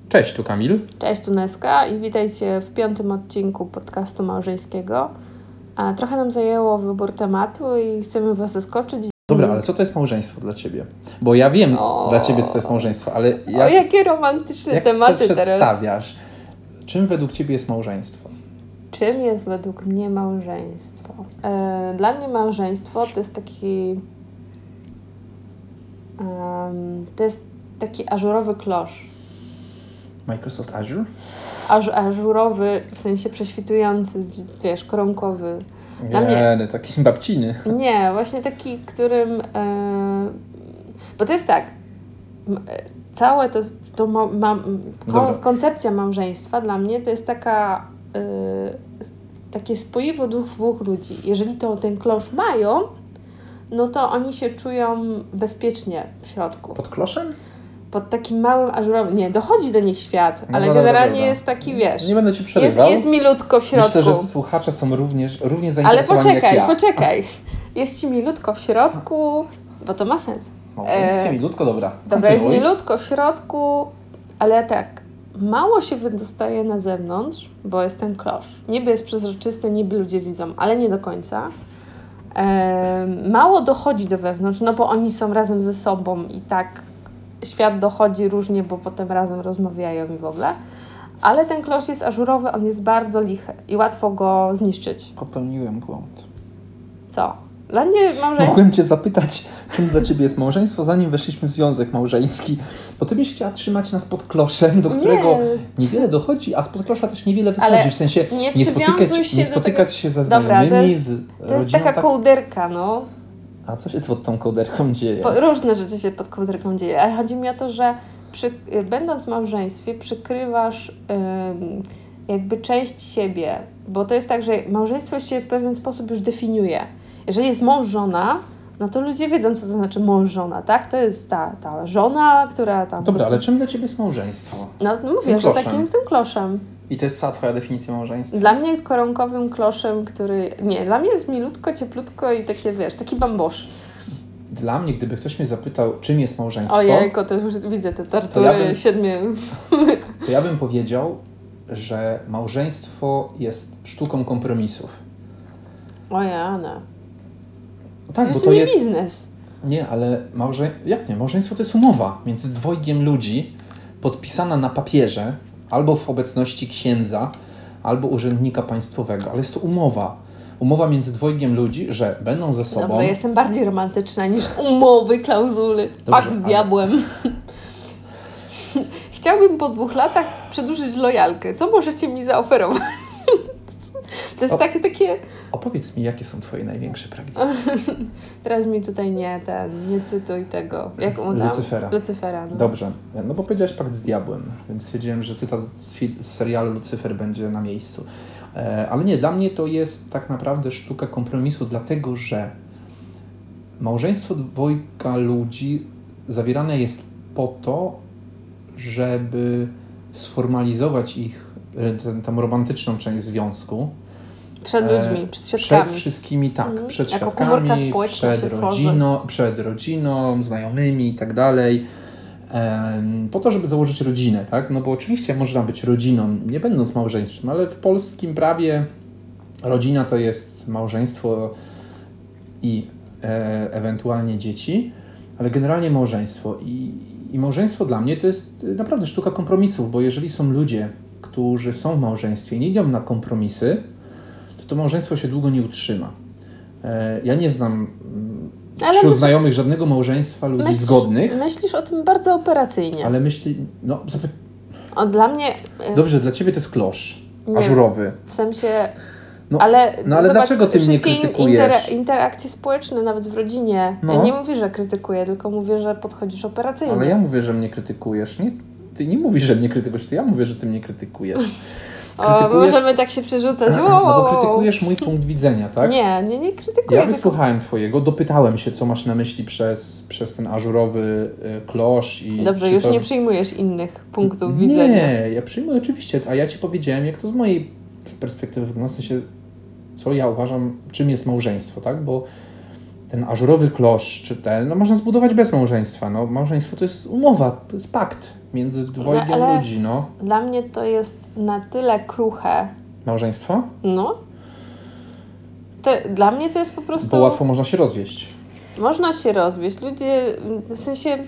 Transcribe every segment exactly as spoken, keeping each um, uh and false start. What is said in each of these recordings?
Cześć, tu Kamil. Cześć, tu Neska i witajcie w piątym odcinku podcastu małżeńskiego. A trochę nam zajęło wybór tematu i chcemy Was zaskoczyć. Dobra, ale co to jest małżeństwo dla Ciebie? Bo ja wiem o... dla Ciebie, co to jest małżeństwo, ale jak, o, jakie romantyczne jak tematy to teraz. przedstawiasz? Czym według Ciebie jest małżeństwo? Czym jest według mnie małżeństwo? E, dla mnie małżeństwo to jest taki... Um, to jest taki ażurowy klosz. Microsoft Azure? Aż, ażurowy, w sensie prześwitujący, wiesz, koronkowy. Dla Nie, mnie... taki babciny. Nie, właśnie taki, którym... Yy, bo to jest tak, całe to, to ma, ma, kon, koncepcja małżeństwa dla mnie to jest taka yy, takie spoiwo dwóch, dwóch ludzi. Jeżeli to ten klosz mają, no to oni się czują bezpiecznie w środku. Pod kloszem? Pod takim małym ażurowym... Nie, dochodzi do nich świat, no ale dobra, generalnie dobra. jest taki, wiesz... Nie będę Ci przerywał. Jest, jest milutko w środku. Myślę, że słuchacze są również, równie Ale zainteresowani poczekaj, jak ja. poczekaj. Jest Ci milutko w środku, bo to ma sens. Małżeństwie milutko, dobra. Dobra, jest Kontynuuj. milutko w środku, ale tak, mało się wydostaje na zewnątrz, bo jest ten klosz. Niby jest przezroczysty, niby ludzie widzą, ale nie do końca. E, mało dochodzi do wewnątrz, no bo oni są razem ze sobą i tak świat dochodzi różnie, bo potem razem rozmawiają i w ogóle. Ale ten klosz jest ażurowy, on jest bardzo lichy i łatwo go zniszczyć. Popełniłem błąd. Co? Dla mnie małżeństwo... Mogłem Cię zapytać, czym dla Ciebie jest małżeństwo, zanim weszliśmy w związek małżeński. Bo Ty byś chciała trzymać nas pod kloszem, do którego nie. niewiele dochodzi, a spod klosza też niewiele wychodzi. Ale w sensie nie, nie spotykać się, nie spotykać tego... się ze Dobra, znajomymi, to jest, z to rodziną. jest taka tak... kołderka, no. A co się pod tą kołderką dzieje? Po, różne rzeczy się pod kołderką dzieje, ale chodzi mi o to, że przy, będąc w małżeństwie przykrywasz ym, jakby część siebie, bo to jest tak, że małżeństwo się w pewien sposób już definiuje. Jeżeli jest mąż-żona, no to ludzie wiedzą, co to znaczy mąż-żona, tak? To jest ta, ta żona, która tam... Dobra, ale czym dla Ciebie jest małżeństwo? No mówię, Tym że kloszem. takim tym kloszem. I to jest cała Twoja definicja małżeństwa? Dla mnie koronkowym kloszem, który... Nie, dla mnie jest milutko, cieplutko i takie, wiesz, taki bambosz. Dla mnie, gdyby ktoś mnie zapytał, czym jest małżeństwo... Ojejko, to już widzę te tortury ja bym- siedmiu... to ja bym powiedział, że małżeństwo jest sztuką kompromisów. O Jana. Tak, Przecież bo to to nie jest... biznes. Nie, ale małże... jak nie? Małżeństwo to jest umowa między dwojgiem ludzi podpisana na papierze albo w obecności księdza, albo urzędnika państwowego, ale jest to umowa. Umowa między dwojgiem ludzi, że będą ze sobą... Dobra, jestem bardziej romantyczna niż umowy, klauzuly, pakt z ale- diabłem. Chciałbym po dwóch latach przedłużyć lojalkę. Co możecie mi zaoferować? To jest O. takie, takie... Opowiedz mi, jakie są Twoje największe pragnienia. Teraz mi tutaj nie ten, nie cytuj tego. Jak mu dam? Lucyfera. Lucyfera, no. Dobrze, no bo powiedziałeś pakt z diabłem, więc stwierdziłem, że cytat z, fi- z serialu Lucyfer będzie na miejscu. E, ale nie, dla mnie to jest tak naprawdę sztuka kompromisu, dlatego że małżeństwo dwojga ludzi zawierane jest po to, żeby sformalizować ich, tę, tę romantyczną część związku. Przed ludźmi, E, przed świadkami. Przed wszystkimi, tak. Mhm. Przed Jako komórka świadkami, społeczna przed, się tworzy. rodzino, przed rodziną, znajomymi i tak dalej. Em, Po to, żeby założyć rodzinę, tak? No bo oczywiście można być rodziną, nie będąc małżeństwem, ale w polskim prawie rodzina to jest małżeństwo i e, ewentualnie dzieci, ale generalnie małżeństwo. I, I małżeństwo dla mnie to jest naprawdę sztuka kompromisów, bo jeżeli są ludzie, którzy są w małżeństwie i nie idą na kompromisy, to to małżeństwo się długo nie utrzyma. E, ja nie znam mm, Ale wśród myśl- znajomych żadnego małżeństwa ludzi Myśl- zgodnych, Myślisz o tym bardzo operacyjnie. ale myśli, no zapy- O, dla mnie... e, dobrze, dla Ciebie to jest klosz Nie. ażurowy. W sensie... No, ale no ale zobacz, dlaczego ty mnie wszystkie krytykujesz? Inter- interakcje społeczne, nawet w rodzinie. No. Ja nie mówię, że krytykuję, tylko mówię, że podchodzisz operacyjnie. Ale ja mówię, że mnie krytykujesz. Nie, ty nie mówisz, że mnie krytykujesz, to ja mówię, że ty mnie krytykujesz. O, możemy tak się przerzucać. Wow, No wow, bo wow. krytykujesz mój punkt widzenia, tak? Nie, nie, nie krytykuję. Ja tylko- wysłuchałem Twojego, dopytałem się, co masz na myśli przez, przez ten ażurowy y, klosz i... Dobrze, czy już to... nie przyjmujesz innych punktów Nie, widzenia. ja przyjmuję oczywiście, a ja Ci powiedziałem, jak to z mojej perspektywy wygląda, w sensie, co ja uważam, czym jest małżeństwo, tak? Bo ten ażurowy klosz, czy ten, no można zbudować bez małżeństwa. No, małżeństwo to jest umowa, to jest pakt między dwojgiem No, ale- ludzi, no. Dla mnie to jest na tyle kruche, Małżeństwo? no. To, dla mnie to jest po prostu... Bo łatwo można się rozwieść. Można się rozwieść. Ludzie, w sensie...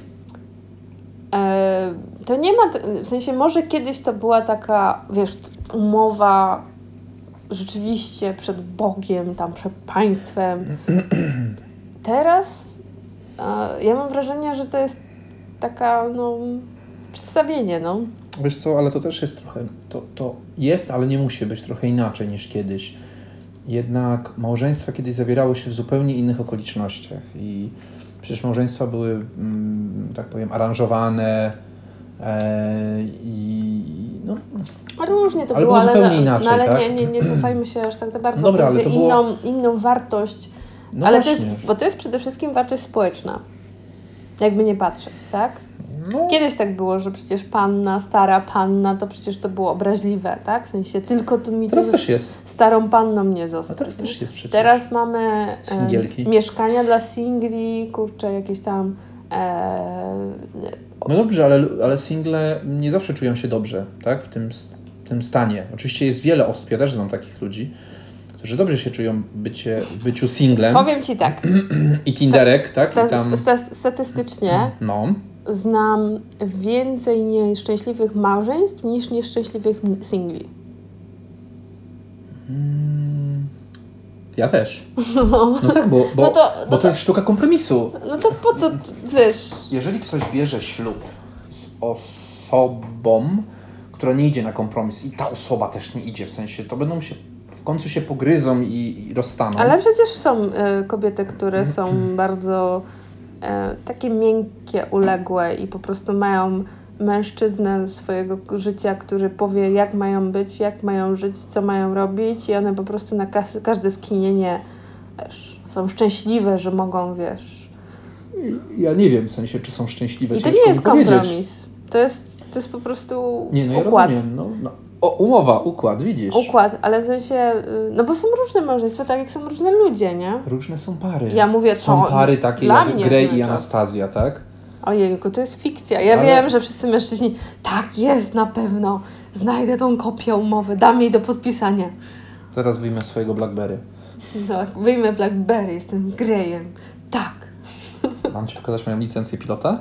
E, to nie ma... W sensie może kiedyś to była taka, wiesz, umowa rzeczywiście przed Bogiem, tam przed państwem. Teraz e, ja mam wrażenie, że to jest taka, no... Przedstawienie, no. Wiesz co, ale to też jest trochę, to, to jest, ale nie musi być trochę inaczej niż kiedyś. Jednak małżeństwa kiedyś zawierały się w zupełnie innych okolicznościach i przecież małżeństwa były, mm, tak powiem, aranżowane e, i no, Różnie to Ale było, było ale, zupełnie na, inaczej, no, ale tak? nie, nie, nie cofajmy się aż tak bardzo. Dobra, bo ale to było- inną, inną wartość, no ale to właśnie. jest, bo to jest przede wszystkim wartość społeczna. Jakby nie patrzeć, tak? No, Kiedyś tak było, że przecież panna, stara panna, to przecież to było obraźliwe, tak? W sensie tylko tu mi tu teraz ze też jest. starą panną nie A zostać. teraz nie? też jest przecież. Teraz mamy e, Singielki. mieszkania dla singli, kurczę, jakieś tam e, No dobrze, ale, ale single nie zawsze czują się dobrze, tak? W tym, w tym stanie. Oczywiście jest wiele osób, ja też znam takich ludzi, którzy dobrze się czują bycie, w byciu singlem powiem Ci tak, i Tinderek, tak? sta, I tam, sta, statystycznie no. znam więcej nieszczęśliwych małżeństw niż nieszczęśliwych m- singli. Mm, ja też. No tak, bo, bo, No to- bo no to to- jest sztuka kompromisu. No to po co, t- wiesz, Jeżeli ktoś bierze ślub z osobą, która nie idzie na kompromis i ta osoba też nie idzie, w sensie to będą się, w końcu się pogryzą i, i rozstaną. ale przecież są e, kobiety, które są bardzo e, takie miękkie, uległe i po prostu mają mężczyznę swojego życia, który powie, jak mają być, jak mają żyć, co mają robić i one po prostu na kas- każde skinienie, wiesz, są szczęśliwe, że mogą, wiesz. Ja nie wiem, w sensie, czy są szczęśliwe. I to ciężko nie jest mi powiedzieć. kompromis. To jest, to jest po prostu Nie, no ja układ. rozumiem. No, no. O, umowa, układ, widzisz. Układ, ale w sensie, y, no bo są różne małżeństwa, tak jak są różne ludzie, nie? Różne są pary. Ja mówię, Są to pary takie dla jak mnie Grey i znaczy. Anastazja, tak? Ojejku, to jest fikcja. Ja Ale- wiem, że wszyscy mężczyźni, tak jest na pewno, znajdę tą kopię umowy, dam jej do podpisania. Zaraz wyjmę swojego Blackberry. Tak, wyjmę Blackberry, jestem Greyem. Tak. Mam Ci pokazać moją licencję pilota?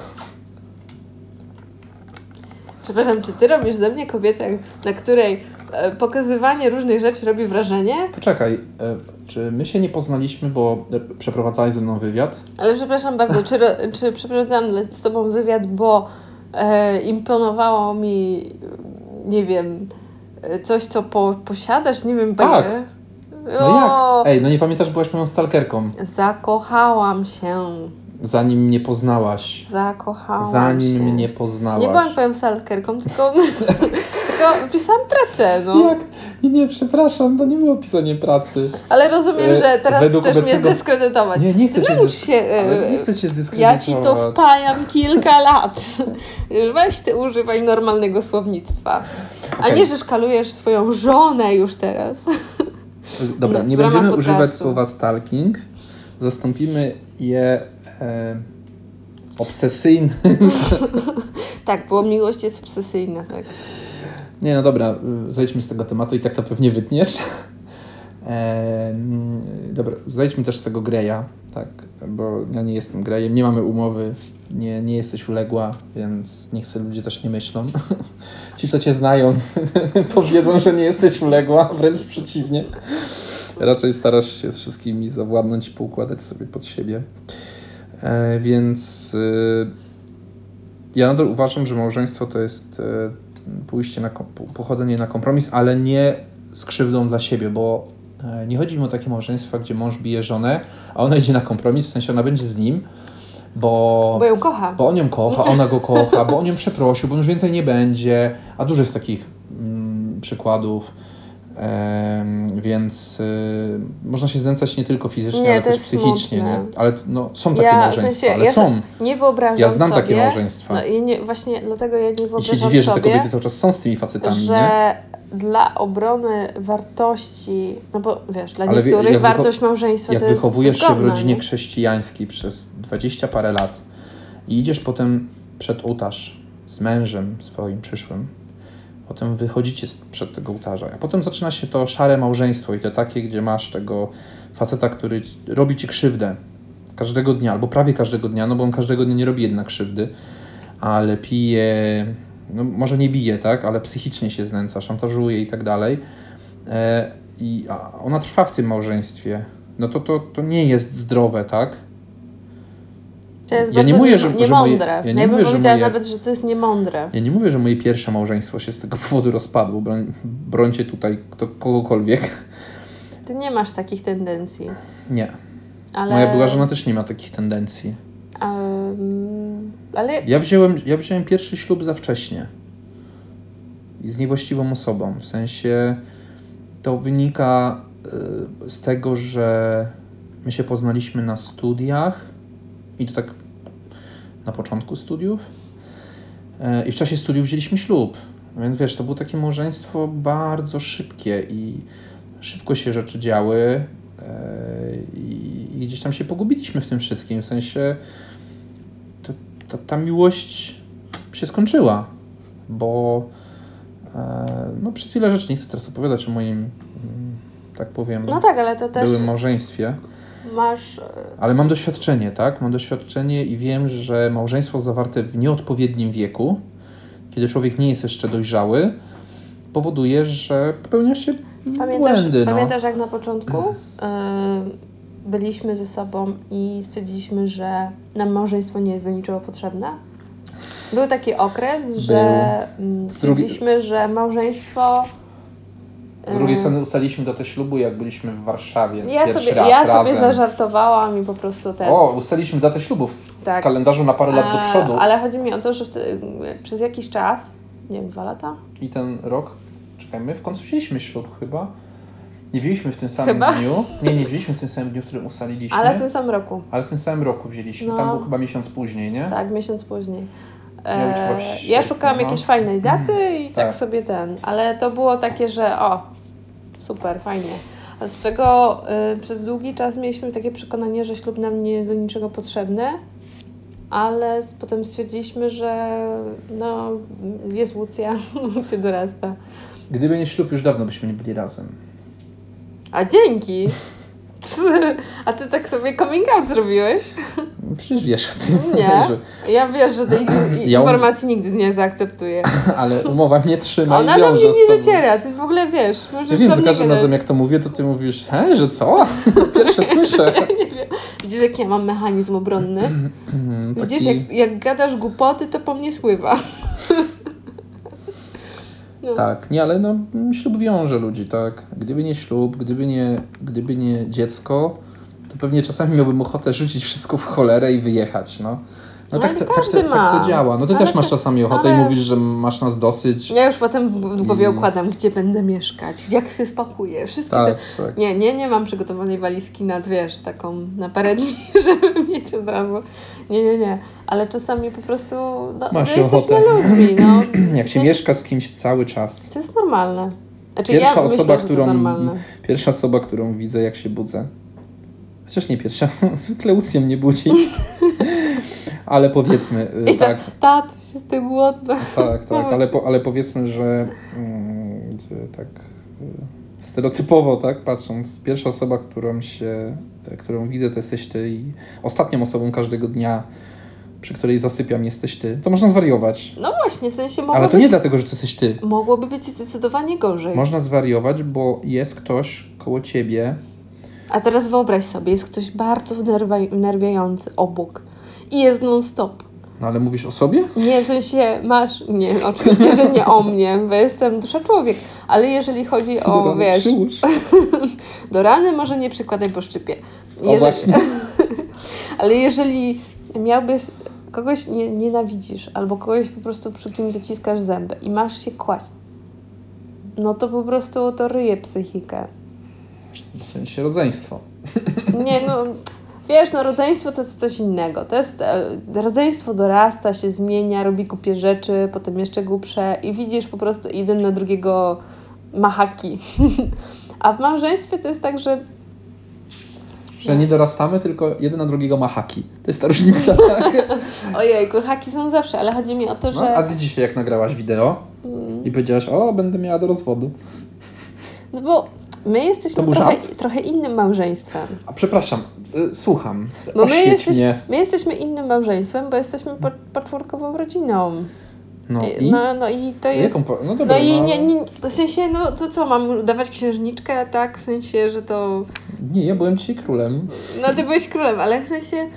Przepraszam, czy ty robisz ze mnie kobietę, na której e, pokazywanie różnych rzeczy robi wrażenie? Poczekaj, e, czy my się nie poznaliśmy, bo e, przeprowadzałeś ze mną wywiad? Ale przepraszam bardzo, czy, ro- czy przeprowadzałam dla- z tobą wywiad, bo e, imponowało mi, nie wiem, e, coś, co po, posiadasz? Nie wiem, Tak. baby. No O, jak? Ej, no nie pamiętasz, byłaś moją stalkerką. Zakochałam się. Zanim mnie poznałaś. Zakochałam Zanim się. mnie poznałaś. Nie byłam twoją stalkerką, tylko, tylko pisałam pracę, no. Jak? Nie, nie, przepraszam, to nie było pisanie pracy. Ale rozumiem, E, że teraz według chcesz obecnego- mnie zdyskredytować. Nie, nie chcę Ty cię naucz zdys- się, e, Ale nie chcę cię ja zdyskredytować. ci to wpajam kilka lat. Już weź ty używaj normalnego słownictwa. A Okej. nie, że szkalujesz swoją żonę już teraz. Dobra, No, nie w ramach będziemy podcastu. używać słowa stalking. Zastąpimy je e, obsesyjnym. Tak, bo miłość jest obsesyjna, tak. Nie, no dobra, y, zejdźmy z tego tematu i tak to pewnie wytniesz. E, mm, dobra, zejdźmy też z tego Greya, tak, bo ja nie jestem Greyem, nie mamy umowy, nie, nie jesteś uległa, więc niech sobie ludzie też nie myślą. Ci, co cię znają, powiedzą, że nie jesteś uległa, wręcz przeciwnie. Raczej starasz się z wszystkimi zawładnąć i poukładać sobie pod siebie. E, więc y, ja nadal uważam, że małżeństwo to jest e, pójście na kom- pochodzenie na kompromis, ale nie z krzywdą dla siebie, bo e, nie chodzi mi o takie małżeństwa, gdzie mąż bije żonę, a ona idzie na kompromis, w sensie ona będzie z nim, bo, Bo ją kocha. bo on ją kocha, ona go kocha, bo on ją przeprosił, bo już więcej nie będzie, a dużo jest takich mm, przykładów. Em, więc y, można się znęcać nie tylko fizycznie, Nie, ale to też jest psychicznie. smutne. Nie? Ale no, są takie Ja, w małżeństwa, sensie, ale ja są. so- nie wyobrażam Ja znam sobie, takie małżeństwa. No, ja nie, właśnie dlatego ja nie I się wyobrażam dziwię, że te sobie, kobiety cały czas są z tymi facetami, że nie? dla obrony wartości, no bo wiesz, dla Ale wie- niektórych jak wycho- wartość małżeństwa Jak to jest wychowujesz się w zgodna, rodzinie nie? chrześcijańskiej przez dwadzieścia parę lat i idziesz potem przed ołtarz z mężem swoim przyszłym, potem wychodzicie z- przed tego ołtarza, a potem zaczyna się to szare małżeństwo i to takie, gdzie masz tego faceta, który ci- robi ci krzywdę każdego dnia, albo prawie każdego dnia, no bo on każdego dnia nie robi jednak krzywdy, ale pije, no może nie bije, tak, ale psychicznie się znęca, szantażuje i tak dalej. E, I a ona trwa w tym małżeństwie. No to, to, to nie jest zdrowe, tak? To jest Ja nie bardzo mówię, że- że moje- niemądre. ja nie Ja bym mówię, że powiedziała moje- nawet, że to jest niemądre. Ja nie mówię, że moje pierwsze małżeństwo się z tego powodu rozpadło. Broń, brońcie tutaj kto, kogokolwiek. Ty nie masz takich tendencji. Nie. Ale... Moja była żona też nie ma takich tendencji. Um, ale Ja wziąłem, ja wziąłem pierwszy ślub za wcześnie. I z niewłaściwą osobą. W sensie to wynika y, z tego, że my się poznaliśmy na studiach i to tak na początku studiów. Y, I w czasie studiów wzięliśmy ślub. Więc wiesz, to było takie małżeństwo bardzo szybkie i szybko się rzeczy działy y, i, i gdzieś tam się pogubiliśmy w tym wszystkim. W sensie to, to, ta miłość się skończyła, bo e, no przez wiele rzeczy nie chcę teraz opowiadać o moim, mm, tak powiem, no tak, ale to też byłym małżeństwie, masz... ale mam doświadczenie, tak? Mam doświadczenie i wiem, że małżeństwo zawarte w nieodpowiednim wieku, kiedy człowiek nie jest jeszcze dojrzały, powoduje, że popełnia się Pamiętasz, błędy. No. pamiętasz jak na początku y, byliśmy ze sobą i stwierdziliśmy, że nam małżeństwo nie jest do niczego potrzebne? Był taki okres, że mm, stwierdziliśmy, że małżeństwo... Z drugiej y, strony ustaliliśmy datę ślubu, jak byliśmy w Warszawie Ja pierwszy sobie, raz ja razem. sobie zażartowałam i po prostu ten... O, ustaliliśmy datę ślubu w, Tak. w kalendarzu na parę lat do E, przodu. Ale chodzi mi o to, że wtedy, przez jakiś czas, nie wiem, dwa lata? I ten rok, czekaj, my w końcu wzięliśmy ślub chyba. Nie wzięliśmy w tym samym Chyba? dniu. Nie, nie wzięliśmy w tym samym dniu, w którym ustaliliśmy. Ale w tym samym roku. Ale w tym samym roku wzięliśmy. No. Tam był chyba miesiąc później, nie? Tak, miesiąc później. Miał być chyba w E, sierpniu, ja szukałam no. jakiejś fajnej daty i tak. Tak. sobie ten, ale to było takie, że o, super, fajnie. A z czego y, przez długi czas mieliśmy takie przekonanie, że ślub nam nie jest do niczego potrzebny, ale s- potem stwierdziliśmy, że no, jest Łucja, Łucja dorasta. Gdyby nie ślub, już dawno byśmy nie byli razem. A dzięki! A ty tak sobie coming out zrobiłeś? No przecież wiesz o tym. Nie. Że, Ja wiesz, że tej i- Ja um- informacji nigdy nie zaakceptuję. ale umowa mnie trzyma Ona i do wiąże mnie z nie tobą. dociera, ty w ogóle wiesz. Możesz Ja wiem, do za mnie każdym gadać. razem jak to mówię, to ty mówisz, hej, że co? Pierwsze słyszę. Nie wiem. Widzisz, jak ja mam mechanizm obronny? Mm, Widzisz, taki- jak, jak gadasz głupoty, to po mnie spływa. No. Tak, nie, ale no, ślub wiąże ludzi, tak. Gdyby nie ślub, gdyby nie, gdyby nie dziecko, to pewnie czasami miałbym ochotę rzucić wszystko w cholerę i wyjechać, no. No No tak, ale to, tak, każdy to, ma. tak to działa. No ty Ale też masz to- czasami ochotę ale- i mówisz, że masz nas dosyć. Ja już potem w w głowie I- układam, gdzie będę mieszkać, jak się spakuję, wszystkie Tak, te... tak. Nie, nie, nie mam przygotowanej walizki na, wiesz, taką na parę dni, żeby mieć od razu. Nie, nie, nie. Ale czasami po prostu, no, Masz no jesteśmy ochotę. ludźmi, no. Jak W się sensie- mieszka z kimś cały czas. To jest normalne. Znaczy Pierwsza ja osoba, myślę, że którą, to normalne. pierwsza osoba, którą widzę, jak się budzę. Chociaż nie pierwsza, zwykle Łucję mnie budzi. Ale powiedzmy, y, I tak, tak, tato, jestem głodna. tak, tak, ale, po, ale powiedzmy, że mm, że tak y, stereotypowo, tak, patrząc, pierwsza osoba, którą się, y, którą widzę, to jesteś ty i ostatnią osobą każdego dnia, przy której zasypiam, jesteś ty. To można zwariować. No właśnie, w sensie mogło Ale to być, nie dlatego, że to jesteś ty. mogłoby być zdecydowanie gorzej. Można zwariować, bo jest ktoś koło ciebie. A teraz wyobraź sobie, jest ktoś bardzo wnerwa- wnerwiający obok i jest non-stop. No ale mówisz o sobie? Nie, w sensie masz... Nie, oczywiście, że nie o mnie, bo jestem dusza człowiek. Ale jeżeli chodzi o, Dobra, wiesz, przyłóż. do rany może nie przykładaj, bo szczypie. O właśnie. Ale jeżeli miałbyś... Kogoś nie, nienawidzisz albo kogoś po prostu przy kim zaciskasz zęby i masz się kłaść no to po prostu to ryje psychikę. W sensie rodzeństwo. Nie, no wiesz, no rodzeństwo to jest coś innego. To jest, e, rodzeństwo dorasta, się zmienia, robi głupie rzeczy, potem jeszcze głupsze i widzisz po prostu jeden na drugiego machaki. A w małżeństwie to jest tak, że Że nie dorastamy, tylko jeden na drugiego ma haki. To jest ta różnica, tak? ojejku, haki są zawsze, ale chodzi mi o to, No, że... a ty dzisiaj jak nagrałaś wideo Mm. i powiedziałaś, o, będę miała do rozwodu. No bo my jesteśmy To był trochę, żart? trochę innym małżeństwem. A przepraszam, y, słucham. Bo my, Oświeć jesteś, mnie. my jesteśmy innym małżeństwem, bo jesteśmy po, patchworkową rodziną. No i? No, no i to jest... Jaką po... No dobra, No i no, nie, nie, w sensie, no to co, mam dawać księżniczkę, tak? W sensie, że to... nie, ja byłem dzisiaj królem. No ty byłeś królem, ale w sensie... Yy,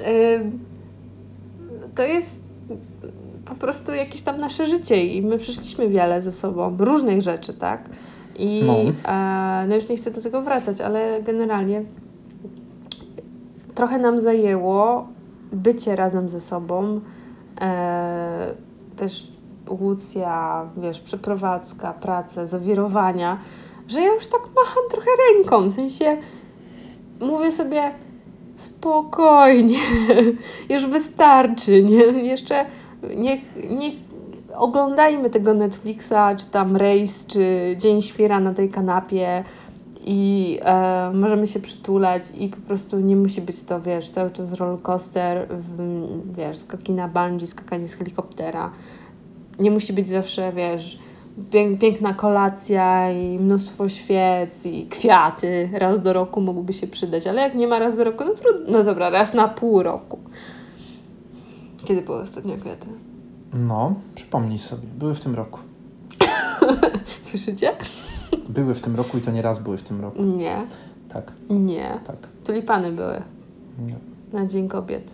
to jest po prostu jakieś tam nasze życie i my przeszliśmy wiele ze sobą, różnych rzeczy, tak? I No. e, no już nie chcę do tego wracać, ale generalnie trochę nam zajęło bycie razem ze sobą, e, też Łucja, wiesz, przeprowadzka, praca, zawirowania, że ja już tak macham trochę ręką, w sensie mówię sobie spokojnie, już wystarczy, nie? Jeszcze niech, niech oglądajmy tego Netflixa, czy tam Rejs, czy Dzień Świra na tej kanapie i e, możemy się przytulać i po prostu nie musi być to, wiesz, cały czas rollercoaster, w, wiesz, skoki na bungee, skakanie z helikoptera. Nie musi być zawsze, wiesz, pięk, piękna kolacja i mnóstwo świec i kwiaty. Raz do roku mogłyby się przydać, ale jak nie ma raz do roku, no trudno. No dobra, raz na pół roku. Kiedy były ostatnio kwiaty? No, przypomnij sobie, były w tym roku. Słyszycie? Były w tym roku i to nie raz były w tym roku. Nie, Tak, nie. tak. Tulipany były Nie. na Dzień Kobiet.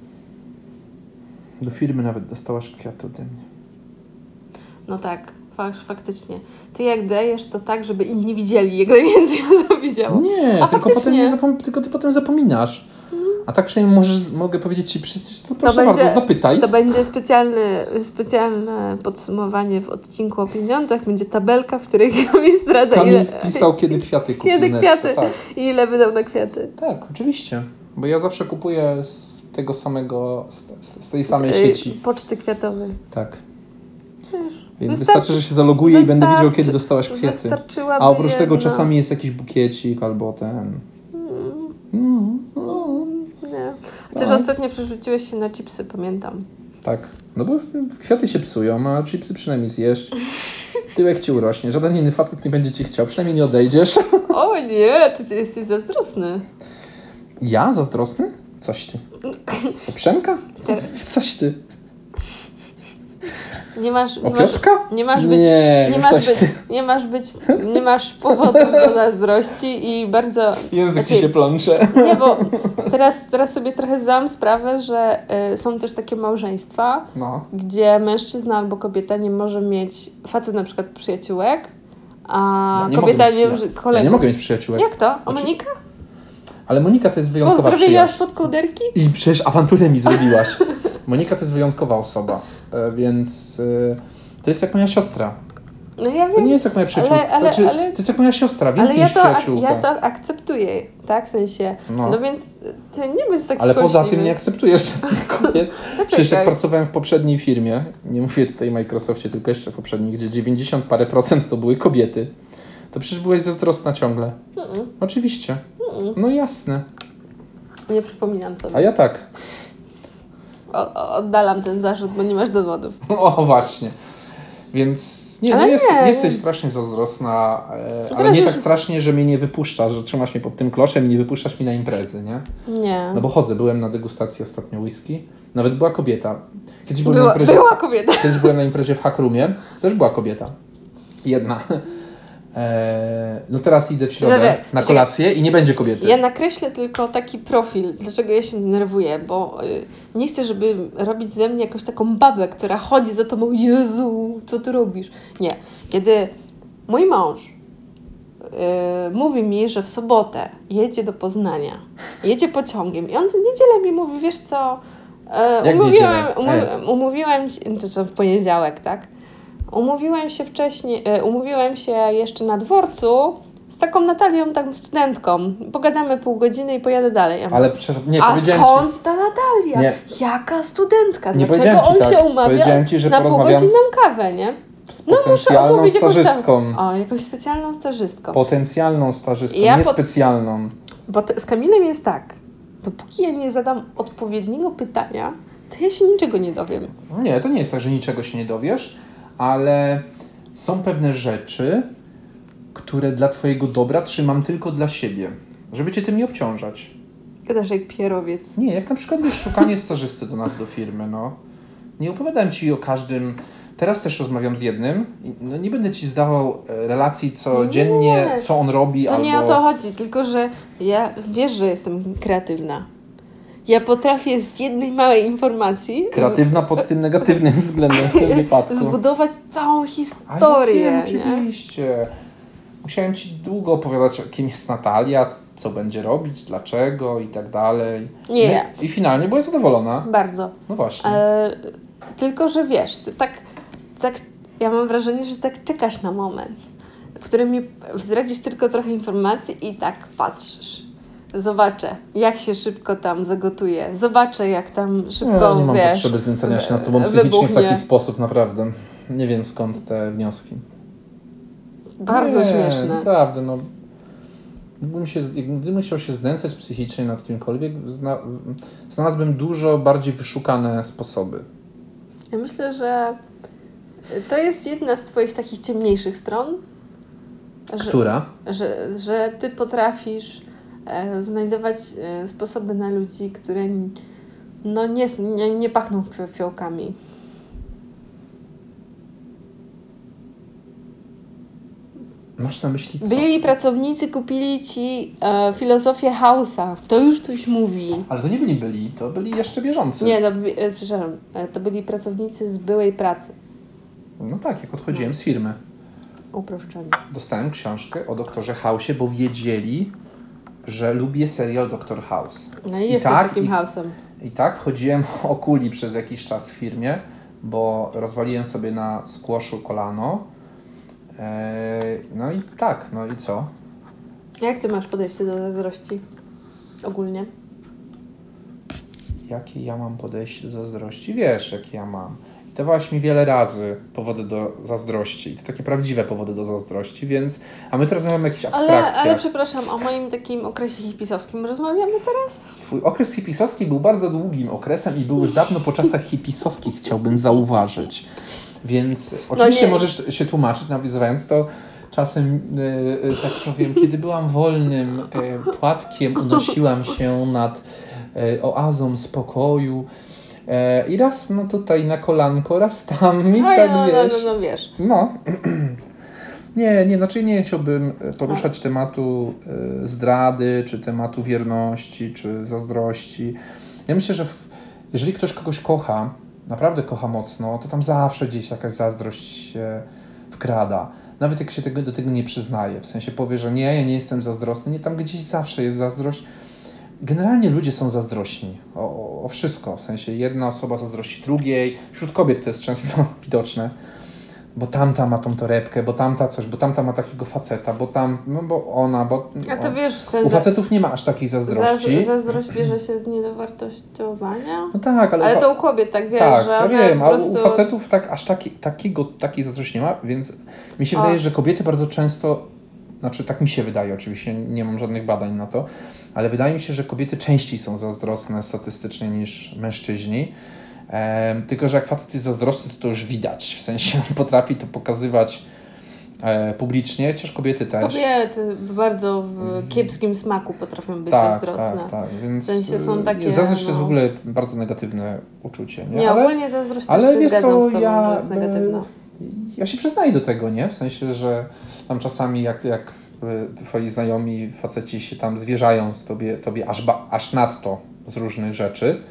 Do firmy nawet dostałaś kwiaty ode mnie. No tak, fak- faktycznie. Ty jak dajesz to tak, żeby inni widzieli, jak najwięcej osób widziało. Nie, A tylko, potem faktycznie. nie zapom- tylko ty potem zapominasz. A tak przynajmniej możesz, mogę powiedzieć ci, przecież to proszę będzie- bardzo, zapytaj. To będzie specjalny, specjalne podsumowanie w odcinku o pieniądzach. Będzie tabelka, w której komuś zdradza, Kamil ile, wpisał, kiedy kwiaty kupił. kiedy Nessce, kwiaty Tak. i ile wydał na kwiaty. tak, oczywiście. Bo ja zawsze kupuję z tego samego, z, z tej samej Ej, sieci. Poczty kwiatowej. Tak. Wiesz, Więc wystarczy- wystarczy, że się zaloguję i będę widział, wystarczy- kiedy dostałaś kwiaty. Wystarczyłaby A oprócz tego jedna. czasami jest jakiś bukiecik albo ten... Mm, Mm, no, nie. Chociaż Tak. ostatnio przerzuciłeś się na chipsy, pamiętam. tak. No bo kwiaty się psują, a chipsy przynajmniej zjesz. Tyłek ci urośnie, żaden inny facet nie będzie ci chciał, przynajmniej nie odejdziesz. O nie, ty, ty jesteś zazdrosny. Ja? Zazdrosny? Coś ty. O Przemka? Teraz- Coś ty. Nie masz, nie O masz, Piotrka? nie masz być, Nie, nie no masz coś być, ty. nie masz być, nie masz powodu do zazdrości i bardzo... Język ci znaczy, się plącze. Nie, bo teraz, teraz sobie trochę zdałam sprawę, że y, są też takie małżeństwa, No. gdzie mężczyzna albo kobieta nie może mieć, facet na przykład przyjaciółek, a Ja nie kobieta mogę nie mieć, może ja, kolegów. ja nie mogę mieć przyjaciółek. Jak to? O Znaczy- Monika? Ale Monika to jest wyjątkowa Pozdrowienia przyjaźń. spod kołderki? I przecież awanturę mi zrobiłaś. Monika to jest wyjątkowa osoba, e, więc e, to jest jak moja siostra. No ja To wiem, nie jest jak moja przyjaciółka. ale- to, znaczy, ale- to jest jak moja siostra, więcej ale ja niż to, przyjaciółka. ja to akceptuję, tak? W sensie, No. no, więc ty nie bądź taki Ale poza tym kłótliwy. nie akceptujesz żadnych kobiet. Przecież jak Czekaj. pracowałem w poprzedniej firmie, nie mówię tutaj o Microsoftie, tylko jeszcze w poprzedniej, gdzie dziewięćdziesiąt parę procent to były kobiety, to przecież byłeś zazdrosna ciągle. Mm-mm, Oczywiście. mm-mm. No jasne. Nie przypominam sobie. A ja tak. O, o, oddalam ten zarzut, bo nie masz dowodów. O właśnie. Więc nie, no Ale jest, nie, jesteś nie. strasznie zazdrosna, e, ale teraz nie już- tak strasznie, że mnie nie wypuszczasz, że trzymasz mnie pod tym kloszem i nie wypuszczasz mi na imprezy, nie? Nie. No bo chodzę, byłem na degustacji ostatnio whisky. Nawet była kobieta. Kiedyś byłem, była, na, imprezie, była kobieta. kiedyś byłem na imprezie w Hackroomie, też była kobieta. Jedna. Eee, no teraz idę w środę Zaczekaj, na zaczekaj. kolację i nie będzie kobiety. Ja nakreślę tylko taki profil, dlaczego ja się denerwuję, bo y, nie chcę, żeby robić ze mnie jakąś taką babę, która chodzi za tobą, Jezu, co ty robisz? Nie. Kiedy mój mąż y, mówi mi, że w sobotę jedzie do Poznania, jedzie pociągiem i on w niedzielę mi mówi, wiesz co, y, Jak w umówiłem, niedzielę? umówiłem, umówiłem ci, to w poniedziałek, tak? Umówiłem się wcześniej, e, umówiłem się jeszcze na dworcu z taką Natalią, taką studentką. Pogadamy pół godziny i pojadę dalej. Ja mówię, Ale przepraszam, nie, a powiedziałem skąd ci... ta Natalia? Nie. Jaka studentka? Nie Dlaczego powiedziałem ci on tak. się umawia Powiedziałem ci, że na porozmawiam półgodzinną kawę, nie? z No muszę potencjalną omówić jakąś tam... stażystką. O, jakąś specjalną stażystką. Potencjalną stażystką, Ja nie pod- specjalną. Bo to, z Kamilem jest tak, dopóki ja nie zadam odpowiedniego pytania, to ja się niczego nie dowiem. Nie, to nie jest tak, że niczego się nie dowiesz, ale są pewne rzeczy, które dla twojego dobra trzymam tylko dla siebie, żeby cię tym nie obciążać. Gadasz jak pierowiec. Nie, jak na przykład wiesz, szukanie stażysty do nas do firmy, no. Nie opowiadam ci o każdym. Teraz też rozmawiam z jednym. i, No, nie będę ci zdawał e, relacji codziennie, Nie. co on robi, To albo... nie o to chodzi, tylko że ja, wiesz, że jestem kreatywna. Ja potrafię z jednej małej informacji Kreatywna pod tym negatywnym względem w tym wypadku. zbudować całą A historię. ja wiem, nie? oczywiście. Musiałem ci długo opowiadać, kim jest Natalia, co będzie robić, dlaczego i tak dalej. Nie. No, I finalnie była zadowolona. Bardzo. No właśnie. E, tylko, że wiesz, ty tak, tak, ja mam wrażenie, że tak czekasz na moment, w którym mi zdradzisz tylko trochę informacji i tak patrzysz. Zobaczę, jak się szybko tam zagotuje. Zobaczę, jak tam szybko, No, nie mam wiesz, potrzeby znęcania się nad tobą wy- psychicznie w wybuchnie. taki sposób, naprawdę. Nie wiem skąd te wnioski. Bardzo nie, śmieszne. Naprawdę, no. Gdybym, się, gdybym chciał się znęcać psychicznie nad kimkolwiek, zna, znalazłbym dużo bardziej wyszukane sposoby. Ja myślę, że to jest jedna z twoich takich ciemniejszych stron. Że, Która? Że, że ty potrafisz e, znajdować e, sposoby na ludzi, które n- no nie, s- nie, nie pachną fio- fiołkami. Masz na myśli co? Byli pracownicy, kupili ci e, filozofię Hausa. To już coś mówi. Ale to nie byli byli, to byli jeszcze bieżący. Nie, to, by- e, przepraszam, e, to byli pracownicy z byłej pracy. No tak, jak odchodziłem z firmy. Uproszczenie. Dostałem książkę o doktorze Hausie, bo wiedzieli, że lubię serial Doktor House. No i I jesteś tak, takim i- Hausem. I tak chodziłem o kuli przez jakiś czas w firmie, bo rozwaliłem sobie na squashu kolano. Eee, no i tak, no i co? Jak ty masz podejście do zazdrości? Ogólnie. Jakie ja mam podejście do zazdrości? Wiesz, jakie ja mam. I dawałaś mi wiele razy powody do zazdrości. I to takie prawdziwe powody do zazdrości, więc... A my tu rozmawiamy o jakichś Ale, abstrakcjach. ale przepraszam, o moim takim okresie hipisowskim rozmawiamy teraz? Twój okres hipisowski był bardzo długim okresem i był już dawno po czasach hipisowskich, chciałbym zauważyć. Więc oczywiście nie. możesz się tłumaczyć, nawiązywając to czasem, yy, yy, tak powiem, kiedy byłam wolnym yy, płatkiem, unosiłam się nad yy, oazą spokoju. Yy, I raz no tutaj na kolanko, raz tam i No, tak no, no, wiesz. no, no wiesz. No. Nie, nie, znaczy nie chciałbym poruszać tematu y, zdrady, czy tematu wierności, czy zazdrości. Ja myślę, że w, jeżeli ktoś kogoś kocha, naprawdę kocha mocno, to tam zawsze gdzieś jakaś zazdrość się wkrada. Nawet jak się tego, do tego nie przyznaje, w sensie powie, że nie, ja nie jestem zazdrosny, nie, tam gdzieś zawsze jest zazdrość. Generalnie ludzie są zazdrośni o, o, o wszystko, w sensie jedna osoba zazdrości drugiej, wśród kobiet to jest często widoczne. Bo tamta ma tą torebkę, bo tamta coś, bo tamta ma takiego faceta, bo tam, no bo ona, bo... A to o. wiesz, ten U facetów nie ma aż takiej zazdrości. Zaz- zazdrość bierze się z niedowartościowania? No tak, ale... Ale u fa- to u kobiet tak, wiesz, tak, że ja one wiem, po ale prostu... u facetów tak aż taki, takiego, takiej zazdrości nie ma, więc mi się O. wydaje, że kobiety bardzo często, znaczy tak mi się wydaje, oczywiście nie mam żadnych badań na to, ale wydaje mi się, że kobiety częściej są zazdrosne statystycznie niż mężczyźni. E, tylko, że jak facet jest zazdrosny, to to już widać, w sensie on potrafi to pokazywać e, publicznie, chociaż kobiety też. Kobiety bardzo w kiepskim smaku potrafią być Tak, zazdrosne. tak, tak, więc W sensie są y, takie, zazdrość to jest w no- ogóle bardzo negatywne uczucie, nie? Nie, ale ogólnie zazdrość ale też się wiesz zgadzam co, z tobą, ja, że jest negatywna. y, ja się przyznaję do tego, nie? W sensie, że tam czasami jak, jak y, twoi znajomi faceci się tam zwierzają z tobie, tobie aż, ba, aż nadto z różnych rzeczy,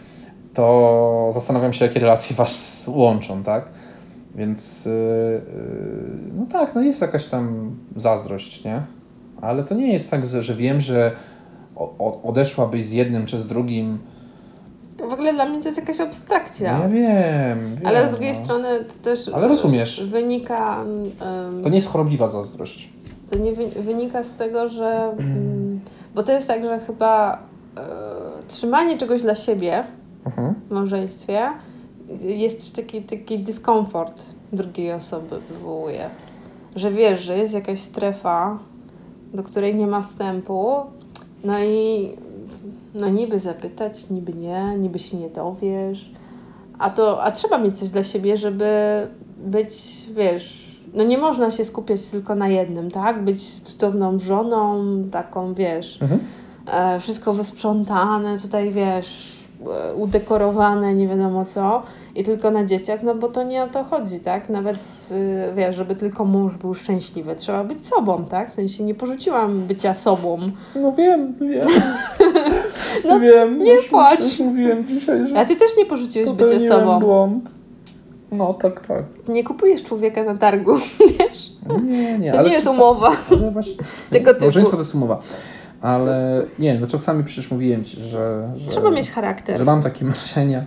to zastanawiam się, jakie relacje was łączą, tak? Więc yy, yy, no tak, no jest jakaś tam zazdrość, nie? Ale to nie jest tak, że, że wiem, że o, o, odeszłabyś z jednym czy z drugim W ogóle dla mnie to jest jakaś abstrakcja. No ja wiem, wiem. Ale z drugiej no. strony to też Ale rozumiesz. wynika... Um, To nie jest chorobliwa zazdrość. To nie wy, wynika z tego, że... Um, bo to jest tak, że chyba e, trzymanie czegoś dla siebie Mhm. w małżeństwie jest też taki, taki dyskomfort drugiej osoby wywołuje. Że wiesz, że jest jakaś strefa, do której nie ma wstępu, no i no niby zapytać, niby nie, niby się nie dowiesz, a to, a trzeba mieć coś dla siebie, żeby być, wiesz, no nie można się skupiać tylko na jednym, tak? Być cudowną żoną, taką, wiesz, Mhm. e, wszystko wysprzątane, tutaj, wiesz, e, udekorowane, nie wiadomo co, i tylko na dzieciach, no bo to nie o to chodzi, tak? Nawet, y, wiesz, żeby tylko mąż był szczęśliwy, trzeba być sobą, tak? W sensie nie porzuciłam bycia sobą. No wiem, wiem. No, wiem. nie już, płacz. Już mówiłem dzisiaj, że A ty też nie porzuciłeś bycia popełniłem sobą. błąd. No tak, tak. Nie kupujesz człowieka na targu, wiesz? Nie, nie. To ale nie jest czas- umowa Ale właśnie, tego typu. małżeństwo to jest umowa. Ale nie, no czasami przecież mówiłem Ci, że... że Trzeba mieć charakter. Że mam takie marzenia.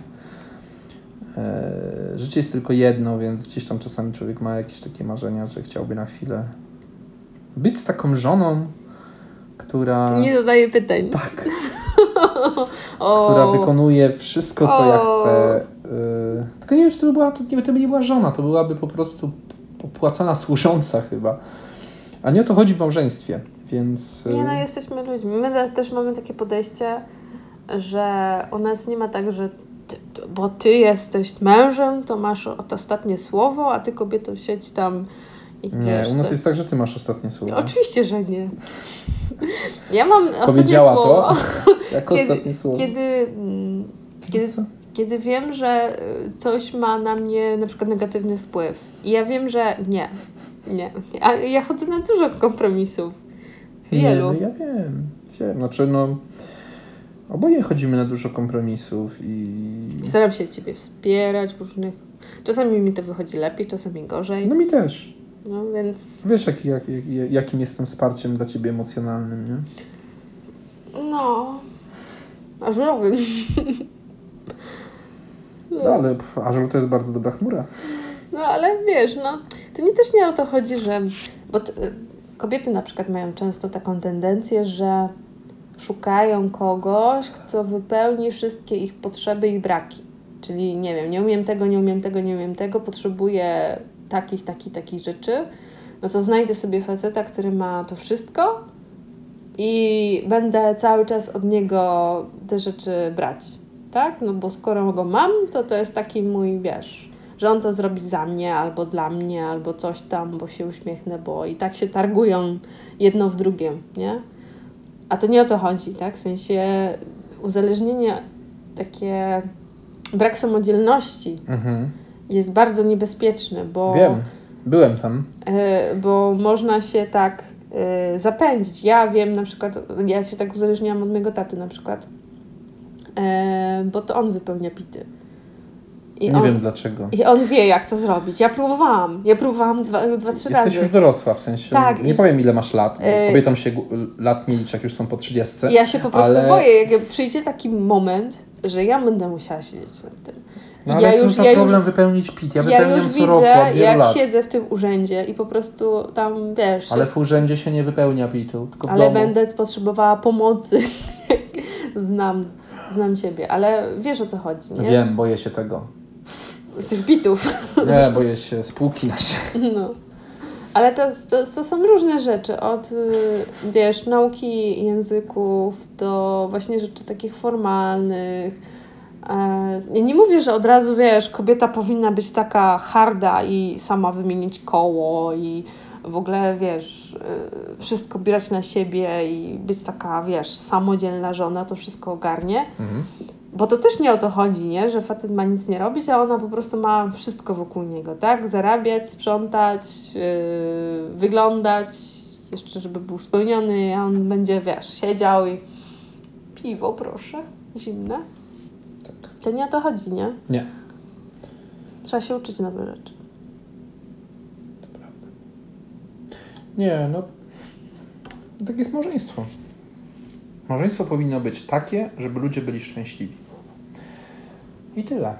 E, życie jest tylko jedno, więc gdzieś tam czasami człowiek ma jakieś takie marzenia, że chciałby na chwilę być z taką żoną, która... Nie zadaję pytań. Tak. O. Która wykonuje wszystko, co ja O. chcę. Yy, tylko nie wiem, czy to by, była, to, nie, to by nie była żona, to byłaby po prostu popłacana służąca chyba. A nie o to chodzi w małżeństwie, więc... Yy... Nie no, jesteśmy ludźmi. My też mamy takie podejście, że u nas nie ma tak, że ty, ty, bo ty jesteś mężem, to masz to ostatnie słowo, a ty kobieto siedź tam i Nie, wiesz, u nas to... jest tak, że ty masz ostatnie słowo. Oczywiście, że nie. Ja mam ostatnie Powiedziała słowo. to jako kiedy, ostatnie słowo. Kiedy, mm, kiedy, Co? kiedy wiem, że y, coś ma na mnie na przykład negatywny wpływ i ja wiem, że nie, nie, nie. A ja chodzę na dużo kompromisów. Nie, Wielu. no ja wiem, wiem. Znaczy no... Oboje chodzimy na dużo kompromisów i... Staram się Ciebie wspierać w różnych... Czasami mi to wychodzi lepiej, czasami gorzej. No mi też. No więc... Wiesz, jak, jak, jak, jakim jestem wsparciem dla Ciebie emocjonalnym, nie? No... Ażurowym. No ale pff, Ażur to jest bardzo dobra chmura. No ale wiesz, no... To nie też nie o to chodzi, że... Bo t- kobiety na przykład mają często taką tendencję, że szukają kogoś, kto wypełni wszystkie ich potrzeby i braki. Czyli nie wiem, nie umiem tego, nie umiem tego, nie umiem tego, potrzebuję takich, takich, takich rzeczy, no to znajdę sobie faceta, który ma to wszystko i będę cały czas od niego te rzeczy brać, tak? No bo skoro go mam, to to jest taki mój, wiesz, że on to zrobi za mnie, albo dla mnie, albo coś tam, bo się uśmiechnę, bo i tak się targują jedno w drugim, nie? A to nie o to chodzi, tak? W sensie uzależnienie, takie brak samodzielności Mhm. jest bardzo niebezpieczny, bo, Wiem, byłem tam. y, bo można się tak y, zapędzić. Ja wiem na przykład, ja się tak uzależniłam od mojego taty na przykład, y, bo to on wypełnia pity. I Nie on, wiem dlaczego. I on wie, jak to zrobić. Ja próbowałam. Ja próbowałam dwa, dwa trzy Jesteś razy. już dorosła, w sensie, Tak, nie i- powiem ile masz lat, bo Yy. kobietom się gu- lat nie liczy, jak już są po trzydziestce. Ja się po prostu ale... boję, jak przyjdzie taki moment, że ja będę musiała siedzieć nad tym. No ale ja ja już, za ja problem już, wypełnić pit. Ja ja wypełniam już co widzę, roku od wielu jak lat. siedzę w tym urzędzie i po prostu tam, wiesz, Ale się- w urzędzie się nie wypełnia pitu, tylko w ale domu. będę potrzebowała pomocy. znam, znam ciebie, ale wiesz, o co chodzi, nie? Wiem, boję się tego. Tych bitów. Nie, boję się spółki naszej. No. Ale to, to, to są różne rzeczy, od y, wiesz, nauki języków do właśnie rzeczy takich formalnych. E, ja nie mówię, że od razu, wiesz, kobieta powinna być taka harda i sama wymienić koło i w ogóle, wiesz, y, wszystko brać na siebie i być taka, wiesz, samodzielna żona, to wszystko ogarnie. Mhm. Bo to też nie o to chodzi, nie? Że facet ma nic nie robić, a ona po prostu ma wszystko wokół niego, tak? Zarabiać, sprzątać, yy, wyglądać, jeszcze żeby był spełniony, a on będzie, wiesz, siedział i piwo, proszę, zimne. Tak. To nie o to chodzi, nie? Nie. Trzeba się uczyć nowe rzeczy. To prawda. Nie, no... Tak jest małżeństwo. Małżeństwo powinno być takie, żeby ludzie byli szczęśliwi. I tyle.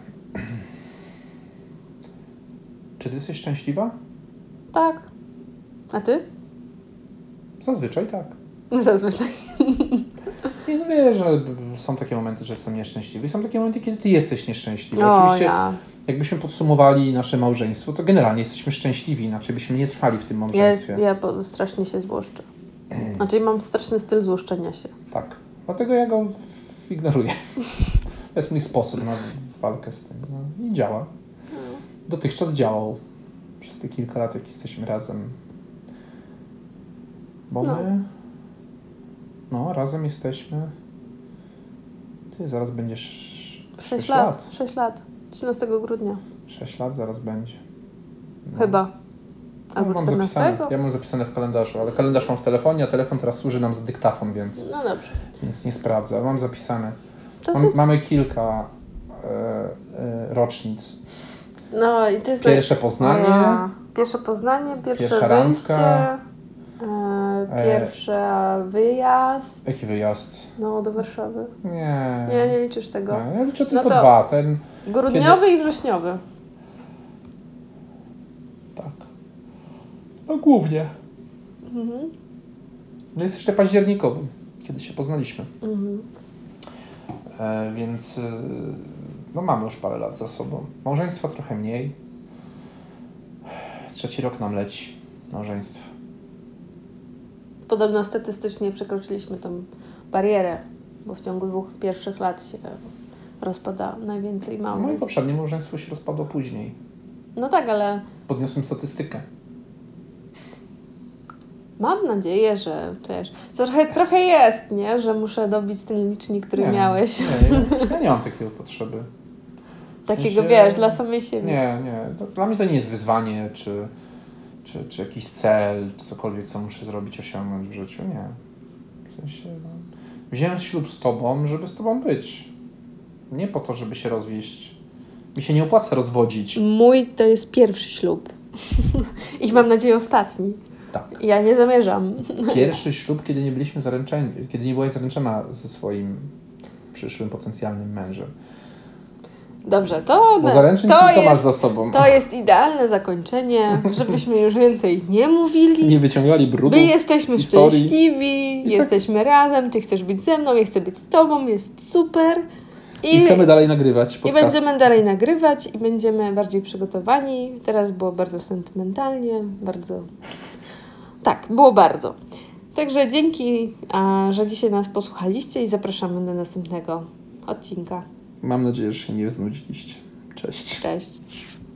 Czy ty jesteś szczęśliwa? Tak. A ty? Zazwyczaj tak. Zazwyczaj. I no wiesz, że są takie momenty, że jestem nieszczęśliwy. I są takie momenty, kiedy ty jesteś nieszczęśliwy. O, Oczywiście, ja. jakbyśmy podsumowali nasze małżeństwo, to generalnie jesteśmy szczęśliwi, inaczej byśmy nie trwali w tym Ja, małżeństwie. ja po, strasznie się złoszczę. Znaczy mam straszny styl złoszczenia się. Tak. Dlatego ja go ignoruję. To jest mój sposób na walkę z tym. No, i działa. Dotychczas działał. Przez te kilka lat, jak jesteśmy razem. Bo No. my... No, razem jesteśmy... Ty, zaraz będziesz... Sześć lat. Sześć lat. trzynastego grudnia. Sześć lat zaraz będzie. No. Chyba. No, Albo mam czternastego. zapisane, ja mam zapisane w kalendarzu, ale kalendarz mam w telefonie, a telefon teraz służy nam za dyktafon, więc, No dobrze. więc nie sprawdzę, ale mam zapisane. To Mam, są... mamy kilka e, e, rocznic. No i to jest... Pierwsze Poznanie, Ja. Pierwsze Poznanie, pierwsze Pierwsza wyjście, randka. e, pierwszy wyjazd. Jaki wyjazd? No, do Warszawy. Nie. Nie, nie liczysz tego. Nie, ja liczę tylko No to- dwa. Ten, Grudniowy i wrześniowy. tak. No głównie. Mhm. No jest jeszcze październikowy, kiedy się poznaliśmy. Mhm. E, więc e, no mamy już parę lat za sobą. Małżeństwa trochę mniej. Trzeci rok nam leci małżeństwa. Podobno statystycznie przekroczyliśmy tą barierę, bo w ciągu dwóch pierwszych lat się rozpada najwięcej Moje małżeństw. poprzednie małżeństwo się rozpadło później. No tak, ale Podniosłem statystykę. mam nadzieję, że wiesz, trochę, trochę jest, nie? Że muszę dobić ten licznik, który Nie, miałeś. Nie, ja, ja nie mam takiej potrzeby. Takiego, sensie- wiesz, dla samej siebie. Nie, nie. To dla mnie to nie jest wyzwanie, czy, czy, czy jakiś cel, czy cokolwiek, co muszę zrobić, osiągnąć w życiu. Nie. W sensie, no, wziąłem ślub z tobą, żeby z tobą być. Nie po to, żeby się rozwieść. Mi się nie opłaca rozwodzić. Mój to jest pierwszy ślub. I mam nadzieję ostatni. Tak. Ja nie zamierzam. Pierwszy ślub, kiedy nie byliśmy zaręczeni, kiedy nie byłaś zaręczona ze swoim przyszłym potencjalnym mężem. Dobrze, to, Bo zaręczyn to, tylko masz jest, za sobą. to jest idealne zakończenie, żebyśmy już więcej nie mówili. Nie wyciągali brudu. My jesteśmy historii. szczęśliwi, tak- jesteśmy razem, ty chcesz być ze mną, ja chcę być z tobą, jest super. I chcemy dalej nagrywać I podcast. będziemy dalej nagrywać i będziemy bardziej przygotowani. Teraz było bardzo sentymentalnie, bardzo... Tak, było bardzo. Także dzięki, a, że dzisiaj nas posłuchaliście i zapraszamy do następnego odcinka. Mam nadzieję, że się nie znudziliście. Cześć. Cześć.